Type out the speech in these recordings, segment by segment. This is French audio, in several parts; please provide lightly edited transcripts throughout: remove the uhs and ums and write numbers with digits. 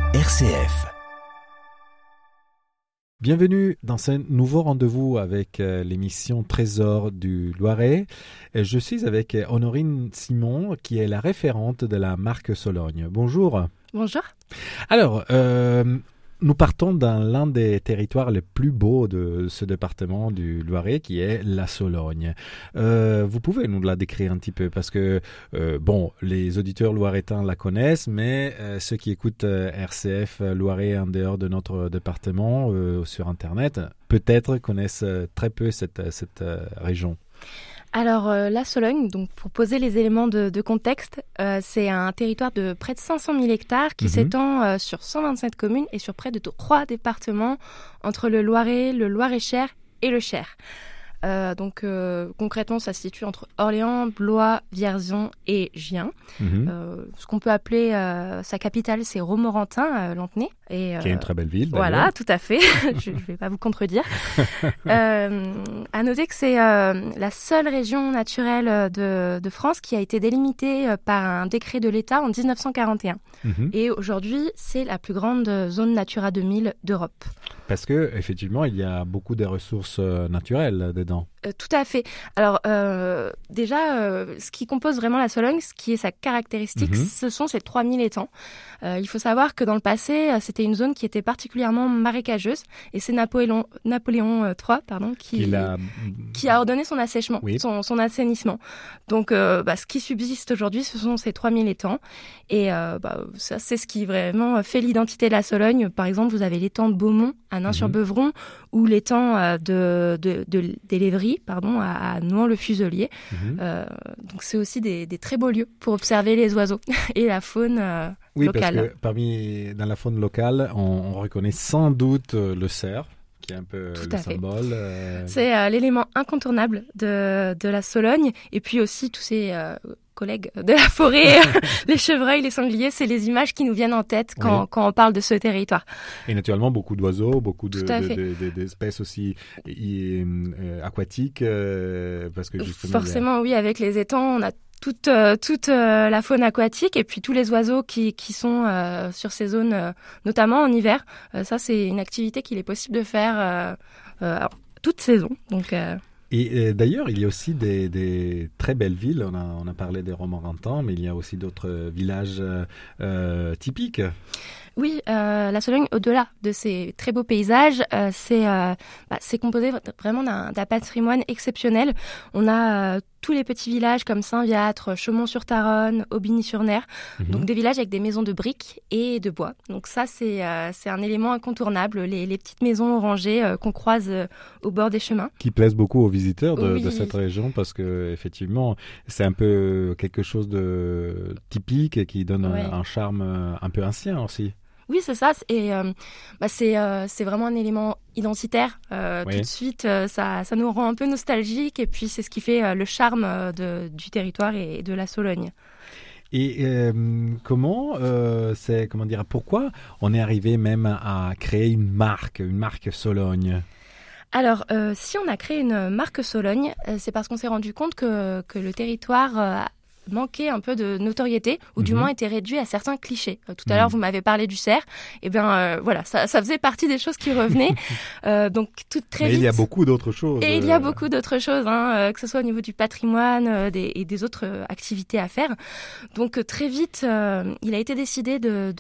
RCF. Bienvenue dans ce nouveau rendez-vous avec l'émission Trésor du Loiret. Je suis avec Honorine Simon, qui est la référente de la marque Sologne. Bonjour. Bonjour. Alors, nous partons dans l'un des territoires les plus beaux de ce département du Loiret, qui est la Sologne. Vous pouvez nous la décrire un petit peu, parce que, les auditeurs loiretains la connaissent, mais ceux qui écoutent RCF Loiret en dehors de notre département sur Internet, peut-être connaissent très peu cette région. Alors la Sologne, donc pour poser les éléments de contexte, c'est un territoire de près de 500 000 hectares qui s'étend sur 127 communes et sur près de 3 départements entre le Loiret, le Loir-et-Cher et le Cher. Concrètement, ça se situe entre Orléans, Blois, Vierzon et Gien. Ce qu'on peut appeler sa capitale, c'est Romorantin, Lanthenay. Qui est une très belle ville, d'ailleurs. Voilà, tout à fait. Je ne vais pas vous contredire. À noter que c'est la seule région naturelle de France qui a été délimitée par un décret de l'État en 1941. Et aujourd'hui, c'est la plus grande zone Natura 2000 d'Europe. Parce que effectivement, il y a beaucoup de ressources naturelles dedans. Tout à fait. Alors ce qui compose vraiment la Sologne, ce qui est sa caractéristique, ce sont ces 3000 étangs. Il faut savoir que dans le passé, c'était une zone qui était particulièrement marécageuse, et c'est Napoléon III qui a ordonné son assèchement, son assainissement. Donc ce qui subsiste aujourd'hui, ce sont ces 3000 étangs, et ça, c'est ce qui vraiment fait l'identité de la Sologne. Par exemple, vous avez l'étang de Beaumont à Nain-sur-Beuvron, ou l'étang des Lévries, à Nouan-le-Fuselier. Donc c'est aussi des très beaux lieux pour observer les oiseaux et la faune locale. Parce que dans la faune locale, on reconnaît sans doute le cerf, qui est un peu le symbole. C'est l'élément incontournable de la Sologne, et puis aussi tous ces collègues de la forêt, les chevreuils, les sangliers, c'est les images qui nous viennent en tête quand on parle de ce territoire. Et naturellement, beaucoup d'oiseaux, beaucoup d'espèces aussi aquatiques, parce que justement... Forcément, oui, avec les étangs, on a toute la faune aquatique, et puis tous les oiseaux qui sont sur ces zones, notamment en hiver. Ça, c'est une activité qu'il est possible de faire toute saison. Et d'ailleurs, il y a aussi des très belles villes. On a parlé des Romorantin, mais il y a aussi d'autres villages typiques. Oui, la Sologne, au-delà de ces très beaux paysages, c'est composé vraiment d'un patrimoine exceptionnel. On a tous les petits villages comme Saint-Viâtre, Chaumont-sur-Tharonne, Aubigny-sur-Ner, donc des villages avec des maisons de briques et de bois. Donc ça, c'est un élément incontournable, les petites maisons orangées qu'on croise au bord des chemins. Qui plaisent beaucoup aux visiteurs de cette région, parce que effectivement, c'est un peu quelque chose de typique et qui donne un charme un peu ancien aussi. Oui, c'est ça. Et c'est vraiment un élément identitaire. Tout de suite, ça nous rend un peu nostalgiques. Et puis, c'est ce qui fait le charme du territoire et de la Sologne. Et pourquoi on est arrivé même à créer une marque Sologne ? Alors, si on a créé une marque Sologne, c'est parce qu'on s'est rendu compte que le territoire manquait un peu de notoriété, ou du moins était réduit à certains clichés. Tout à l'heure, vous m'avez parlé du cerf. Eh bien, ça faisait partie des choses qui revenaient. Donc, très vite. Mais il y a beaucoup d'autres choses. Et il y a beaucoup d'autres choses, que ce soit au niveau du patrimoine et des autres activités à faire. Donc, très vite, il a été décidé de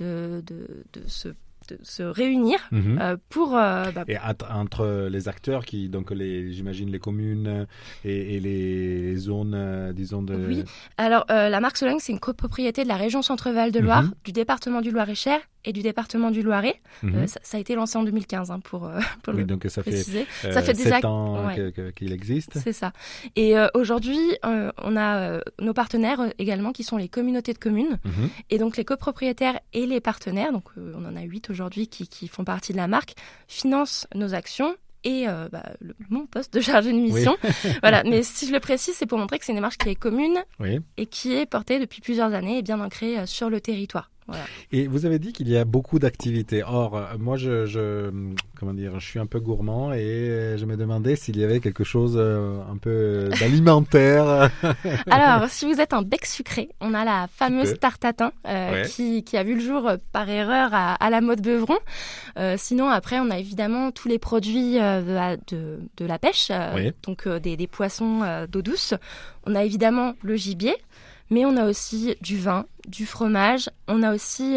se réunir pour... Et entre les acteurs j'imagine les communes et les zones, disons de... Oui, alors la marque Sologne, c'est une copropriété de la région Centre-Val de Loire, du département du Loir-et-Cher et du département du Loiret. Ça a été lancé en 2015, pour le donc ça préciser. Ça fait 7 ans qu'il existe. C'est ça. Et aujourd'hui, on a nos partenaires également, qui sont les communautés de communes. Et donc les copropriétaires et les partenaires, donc on en a 8 aujourd'hui qui font partie de la marque, financent nos actions et mon poste de chargé de mission. Voilà. Mais si je le précise, c'est pour montrer que c'est une démarche qui est commune et qui est portée depuis plusieurs années et bien ancrée sur le territoire. Voilà. Et vous avez dit qu'il y a beaucoup d'activités. Or, moi, comment dire, je suis un peu gourmand et je me demandais s'il y avait quelque chose un peu d'alimentaire. Alors, si vous êtes un bec sucré, on a la fameuse tarte tatin qui a vu le jour par erreur à la mode Beuvron. Sinon, après, on a évidemment tous les produits de la pêche, donc des poissons d'eau douce. On a évidemment le gibier. Mais on a aussi du vin, du fromage. On a aussi,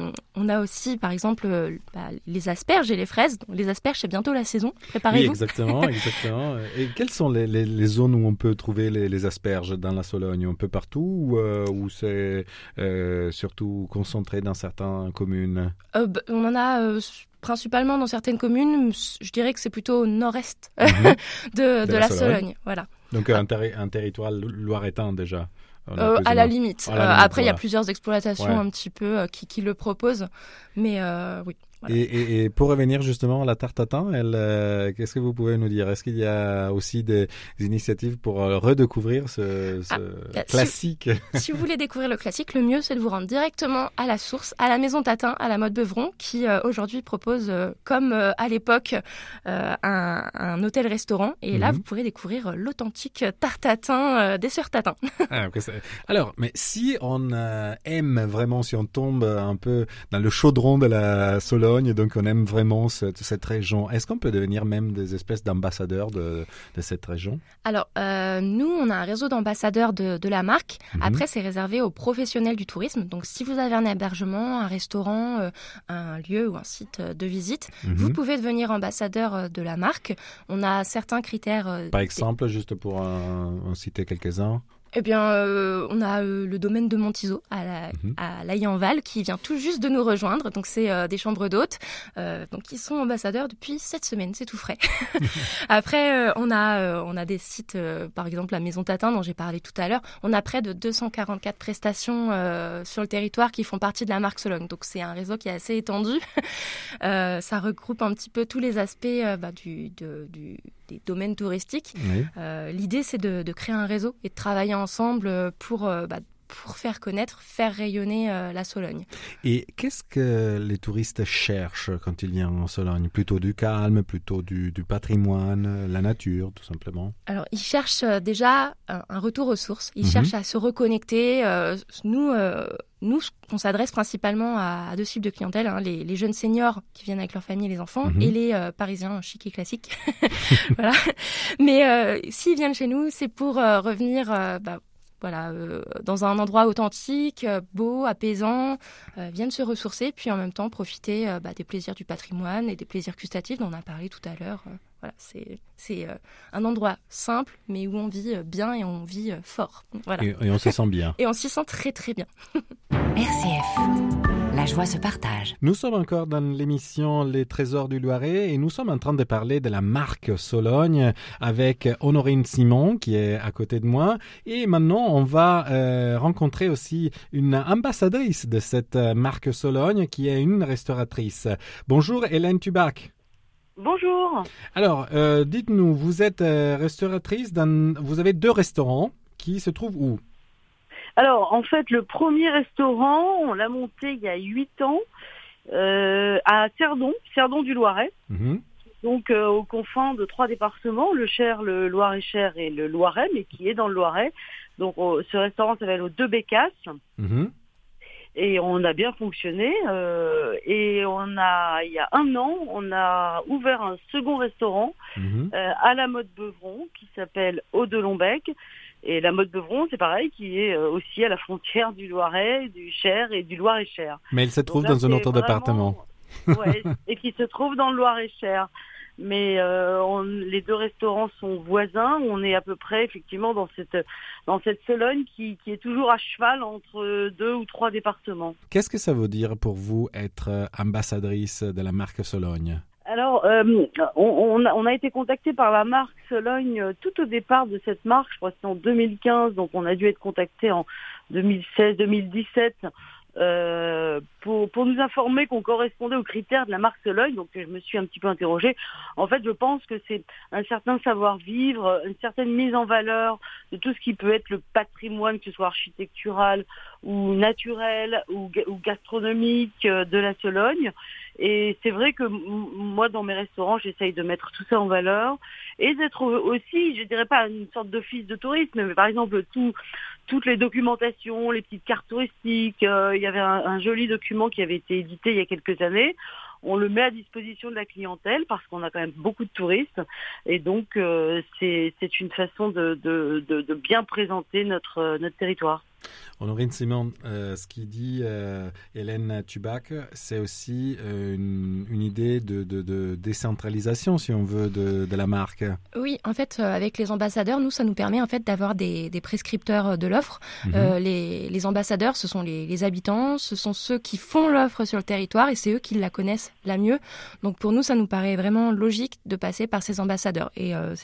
par exemple, les asperges et les fraises. Donc, les asperges, c'est bientôt la saison. Préparez-vous. Oui, exactement. Et quelles sont les zones où on peut trouver les asperges dans la Sologne? Un peu partout ou c'est surtout concentré dans certaines communes? On en a principalement dans certaines communes. Je dirais que c'est plutôt au nord-est de la Sologne. Voilà. Donc un territoire loiretain déjà. À la limite. Après, il y a plusieurs exploitations un petit peu qui le proposent. Mais oui. Voilà. Et pour revenir justement à la tarte tatin, qu'est-ce que vous pouvez nous dire? Est-ce qu'il y a aussi des initiatives pour redécouvrir ce classique? Si vous voulez découvrir le classique, le mieux c'est de vous rendre directement à la source, à la maison Tatin, à la mode Beuvron, qui aujourd'hui propose, comme à l'époque, un hôtel-restaurant. Et là, vous pourrez découvrir l'authentique tarte tatin des sœurs Tatin. Alors, mais si on aime vraiment, si on tombe un peu dans le chaudron de la Sologne, donc on aime vraiment cette région. Est-ce qu'on peut devenir même des espèces d'ambassadeurs de cette région? Alors, nous, on a un réseau d'ambassadeurs de la marque. Après, c'est réservé aux professionnels du tourisme. Donc, si vous avez un hébergement, un restaurant, un lieu ou un site de visite, vous pouvez devenir ambassadeur de la marque. On a certains critères. Par exemple, juste pour en citer quelques-uns. Eh bien, on a le domaine de Montizo à l'Aillanval qui vient tout juste de nous rejoindre. Donc, c'est des chambres d'hôtes. Donc, ils sont ambassadeurs depuis 7 semaines. C'est tout frais. Après, on a des sites, par exemple la Maison Tatin dont j'ai parlé tout à l'heure. On a près de 244 prestations sur le territoire qui font partie de la marque Sologne. Donc, c'est un réseau qui est assez étendu. Ça regroupe un petit peu tous les aspects des domaines touristiques. Oui. L'idée, c'est de créer un réseau et de travailler ensemble pour faire connaître, faire rayonner la Sologne. Et qu'est-ce que les touristes cherchent quand ils viennent en Sologne? Plutôt du calme, plutôt du patrimoine, la nature, tout simplement? Alors, ils cherchent déjà un retour aux sources. Ils cherchent à se reconnecter. Nous, on s'adresse principalement à deux cibles de clientèle, les jeunes seniors qui viennent avec leur famille et les enfants, et les Parisiens chics et classiques. Voilà. Mais s'ils viennent chez nous, c'est pour revenir dans un endroit authentique, beau, apaisant, viennent se ressourcer, puis en même temps profiter des plaisirs du patrimoine et des plaisirs gustatifs dont on a parlé tout à l'heure. Voilà, c'est un endroit simple, mais où on vit bien et on vit fort. Voilà. Et on se sent bien. Et on s'y sent très très bien. RCF, la joie se partage. Nous sommes encore dans l'émission Les Trésors du Loiret et nous sommes en train de parler de la marque Sologne avec Honorine Simon qui est à côté de moi. Et maintenant, on va rencontrer aussi une ambassadrice de cette marque Sologne qui est une restauratrice. Bonjour Hélène Tubac. Bonjour. Alors, dites-nous, vous êtes restauratrice, vous avez 2 restaurants qui se trouvent où? Alors, en fait, le premier restaurant, on l'a monté il y a 8 ans à Cerdon du Loiret. Donc, aux confins de 3 départements, le Cher, le Loir-et-Cher et le Loiret, mais qui est dans le Loiret. Donc, ce restaurant s'appelle aux 2 Bécasses. Et on a bien fonctionné. Et il y a 1 an, on a ouvert un second restaurant à la mode Beuvron qui s'appelle Au de Lombec. Et la mode Beuvron, c'est pareil, qui est aussi à la frontière du Loiret, du Cher et du Loir-et-Cher. Mais il se trouve dans un autre département. Ouais, et qui se trouve dans le Loir-et-Cher. Mais les 2 restaurants sont voisins. On est à peu près effectivement dans cette Sologne qui est toujours à cheval entre 2 ou 3 départements. Qu'est-ce que ça veut dire pour vous être ambassadrice de la marque Sologne? Alors, on a été contacté par la marque Sologne tout au départ de cette marque. Je crois que c'était en 2015, donc on a dû être contacté en 2016-2017 pour nous informer qu'on correspondait aux critères de la marque Sologne. Donc je me suis un petit peu interrogée. En fait, je pense que c'est un certain savoir-vivre, une certaine mise en valeur de tout ce qui peut être le patrimoine, que ce soit architectural ou naturel ou gastronomique de la Sologne. Et c'est vrai que moi, dans mes restaurants, j'essaye de mettre tout ça en valeur et d'être aussi, je dirais pas une sorte d'office de tourisme, mais par exemple toutes les documentations, les petites cartes touristiques. Il y avait un joli document qui avait été édité il y a quelques années. On le met à disposition de la clientèle parce qu'on a quand même beaucoup de touristes et donc c'est une façon de bien présenter notre territoire. Honorine Simon, ce qui dit Hélène Tubac, c'est aussi une idée de décentralisation, si on veut, de la marque. Oui, en fait, avec les ambassadeurs, nous, ça nous permet en fait d'avoir des prescripteurs de l'offre. Les ambassadeurs, ce sont les habitants, ce sont ceux qui font l'offre sur le territoire et c'est eux qui la connaissent la mieux. Donc pour nous, ça nous paraît vraiment logique de passer par ces ambassadeurs. Et c'est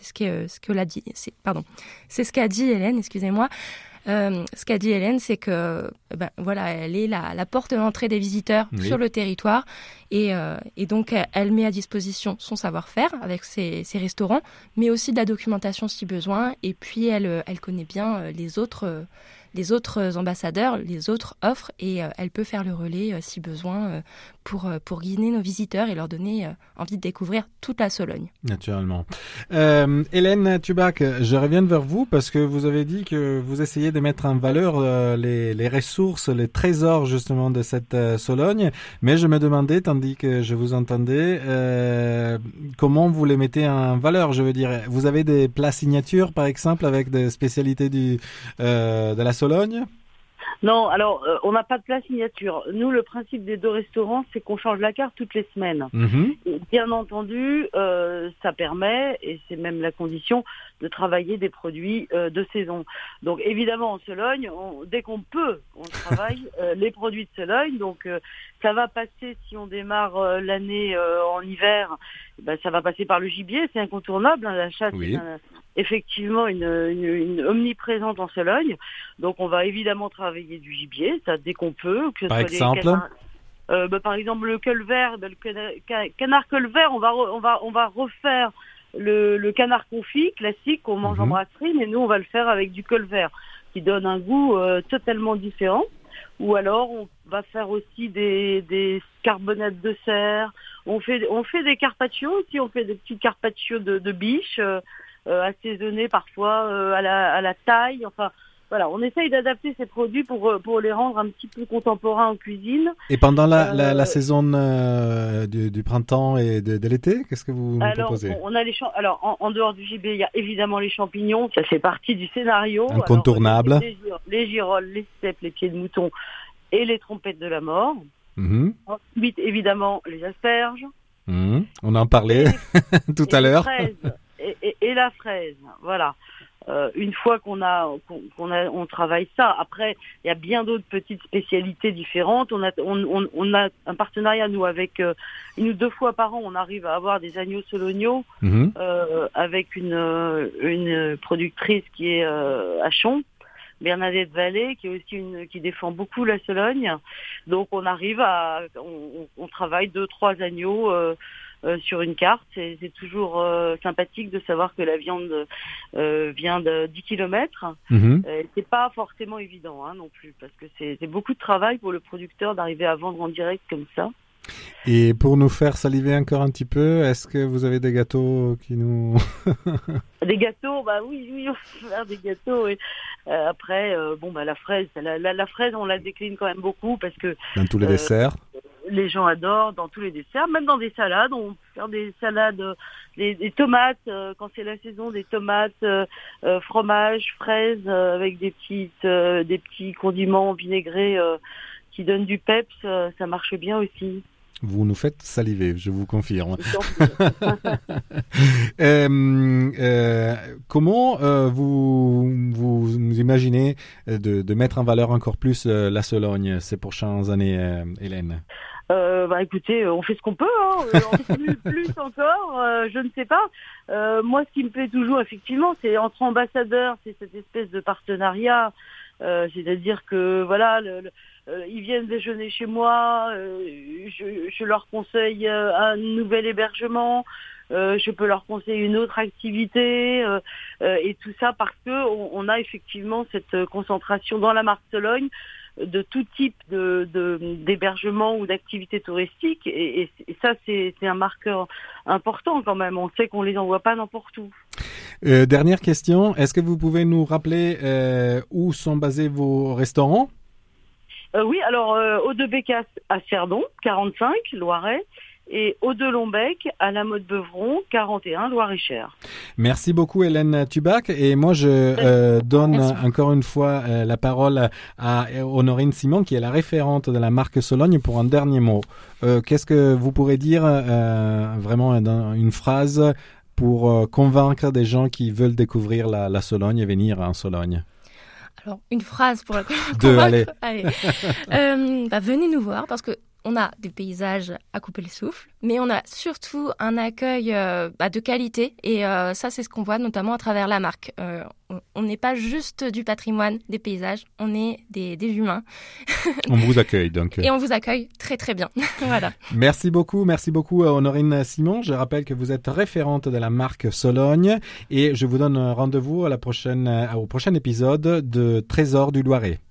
ce qu'a dit Hélène, excusez-moi. Ce qu'a dit Hélène, c'est que elle est la porte d'entrée des visiteurs sur le territoire et donc elle met à disposition son savoir-faire avec ses restaurants, mais aussi de la documentation si besoin. Et puis elle connaît bien les autres ambassadeurs, les autres offres et elle peut faire le relais si besoin pour guider nos visiteurs et leur donner envie de découvrir toute la Sologne. Naturellement. Hélène Tubac, je reviens vers vous parce que vous avez dit que vous essayez de mettre en valeur les ressources, les trésors justement de cette Sologne, mais je me demandais, tandis que je vous entendais, comment vous les mettez en valeur. Je veux dire, vous avez des plats signatures par exemple avec des spécialités de la Sologne? Non, alors on n'a pas de plat signature. Nous, le principe des deux restaurants, c'est qu'on change la carte toutes les semaines. Et bien entendu, ça permet, et c'est même la condition, de travailler des produits de saison. Donc évidemment, en Sologne, dès qu'on peut, on travaille les produits de Sologne. Donc ça va passer, si on démarre l'année en hiver, ça va passer par le gibier, c'est incontournable. La chasse, c'est effectivement une omniprésente en Sologne. Donc on va évidemment travailler du gibier, ça dès qu'on peut. Que par exemple par exemple le colvert, le canard colvert, on va refaire le canard confit classique qu'on mange en brasserie, mais nous on va le faire avec du colvert qui donne un goût totalement différent. Ou alors on va faire aussi des carbonates de cerf. On fait des carpaccio aussi, on fait des petits carpaccio de biche assaisonnés parfois à la taille. Enfin voilà, on essaye d'adapter ces produits pour les rendre un petit peu contemporains en cuisine. Et pendant la saison du printemps et de l'été, qu'est-ce que vous nous proposez? On a en dehors du gibier, il y a évidemment les champignons, ça fait partie du scénario. Incontournable. Alors, les girolles, les cèpes, les pieds de mouton et les trompettes de la mort. Ensuite, évidemment, les asperges. On en parlait tout à l'heure. Et la fraise, voilà. Une fois qu'on travaille ça. Après, il y a bien d'autres petites spécialités différentes. On a un partenariat nous avec 1 ou 2 fois par an, on arrive à avoir des agneaux solognos avec une productrice qui est à Chon, Bernadette Vallée, qui est aussi qui défend beaucoup la Sologne. Donc on arrive on travaille 2-3 agneaux sur une carte. C'est toujours sympathique de savoir que la viande vient de 10 km. C'est pas forcément évident non plus, parce que c'est beaucoup de travail pour le producteur d'arriver à vendre en direct comme ça. Et pour nous faire saliver encore un petit peu, est-ce que vous avez des gâteaux qui nous... Des gâteaux, oui, on peut faire des gâteaux. Et, après, la fraise, la fraise, on la décline quand même beaucoup parce que... Dans tous les desserts. Les gens adorent dans tous les desserts, même dans des salades. On peut faire des salades, des tomates, quand c'est la saison, des tomates, fromage, fraises, avec des petits condiments vinaigrés qui donnent du peps, ça marche bien aussi. Vous nous faites saliver, je vous confirme. Comment vous imaginez de mettre en valeur encore plus la Sologne ces prochaines années, Hélène? Écoutez, on fait ce qu'on peut, plus encore, je ne sais pas. Moi, ce qui me plaît toujours, effectivement, c'est entre ambassadeurs, c'est cette espèce de partenariat C'est-à-dire que voilà, ils viennent déjeuner chez moi, je leur conseille un nouvel hébergement, je peux leur conseiller une autre activité, et tout ça parce que on a effectivement cette concentration dans la marque Sologne de tout type d'hébergement ou d'activité touristique, et ça c'est un marqueur important quand même. On sait qu'on les envoie pas n'importe où. Dernière question, est-ce que vous pouvez nous rappeler où sont basés vos restaurants? Oui, alors Au-de-Bec à Cerdon, 45, Loiret, et Au-de-Lombec à la Motte-Beuvron, 41, Loir-et-Cher. Merci beaucoup Hélène Tubac, et moi je donne encore une fois la parole à Honorine Simon, qui est la référente de la marque Sologne, pour un dernier mot. Qu'est-ce que vous pourrez dire vraiment dans une phrase pour convaincre des gens qui veulent découvrir la Sologne et venir en Sologne? Alors, une phrase pour la convaincre. Deux, allez. Venez nous voir parce que on a des paysages à couper le souffle, mais on a surtout un accueil de qualité, et ça c'est ce qu'on voit notamment à travers la marque. On n'est pas juste du patrimoine, des paysages, on est des humains. On vous accueille donc. Et on vous accueille très très bien. Voilà. Merci beaucoup Honorine Simon. Je rappelle que vous êtes référente de la marque Sologne, et je vous donne rendez-vous au prochain épisode de Trésor du Loiret.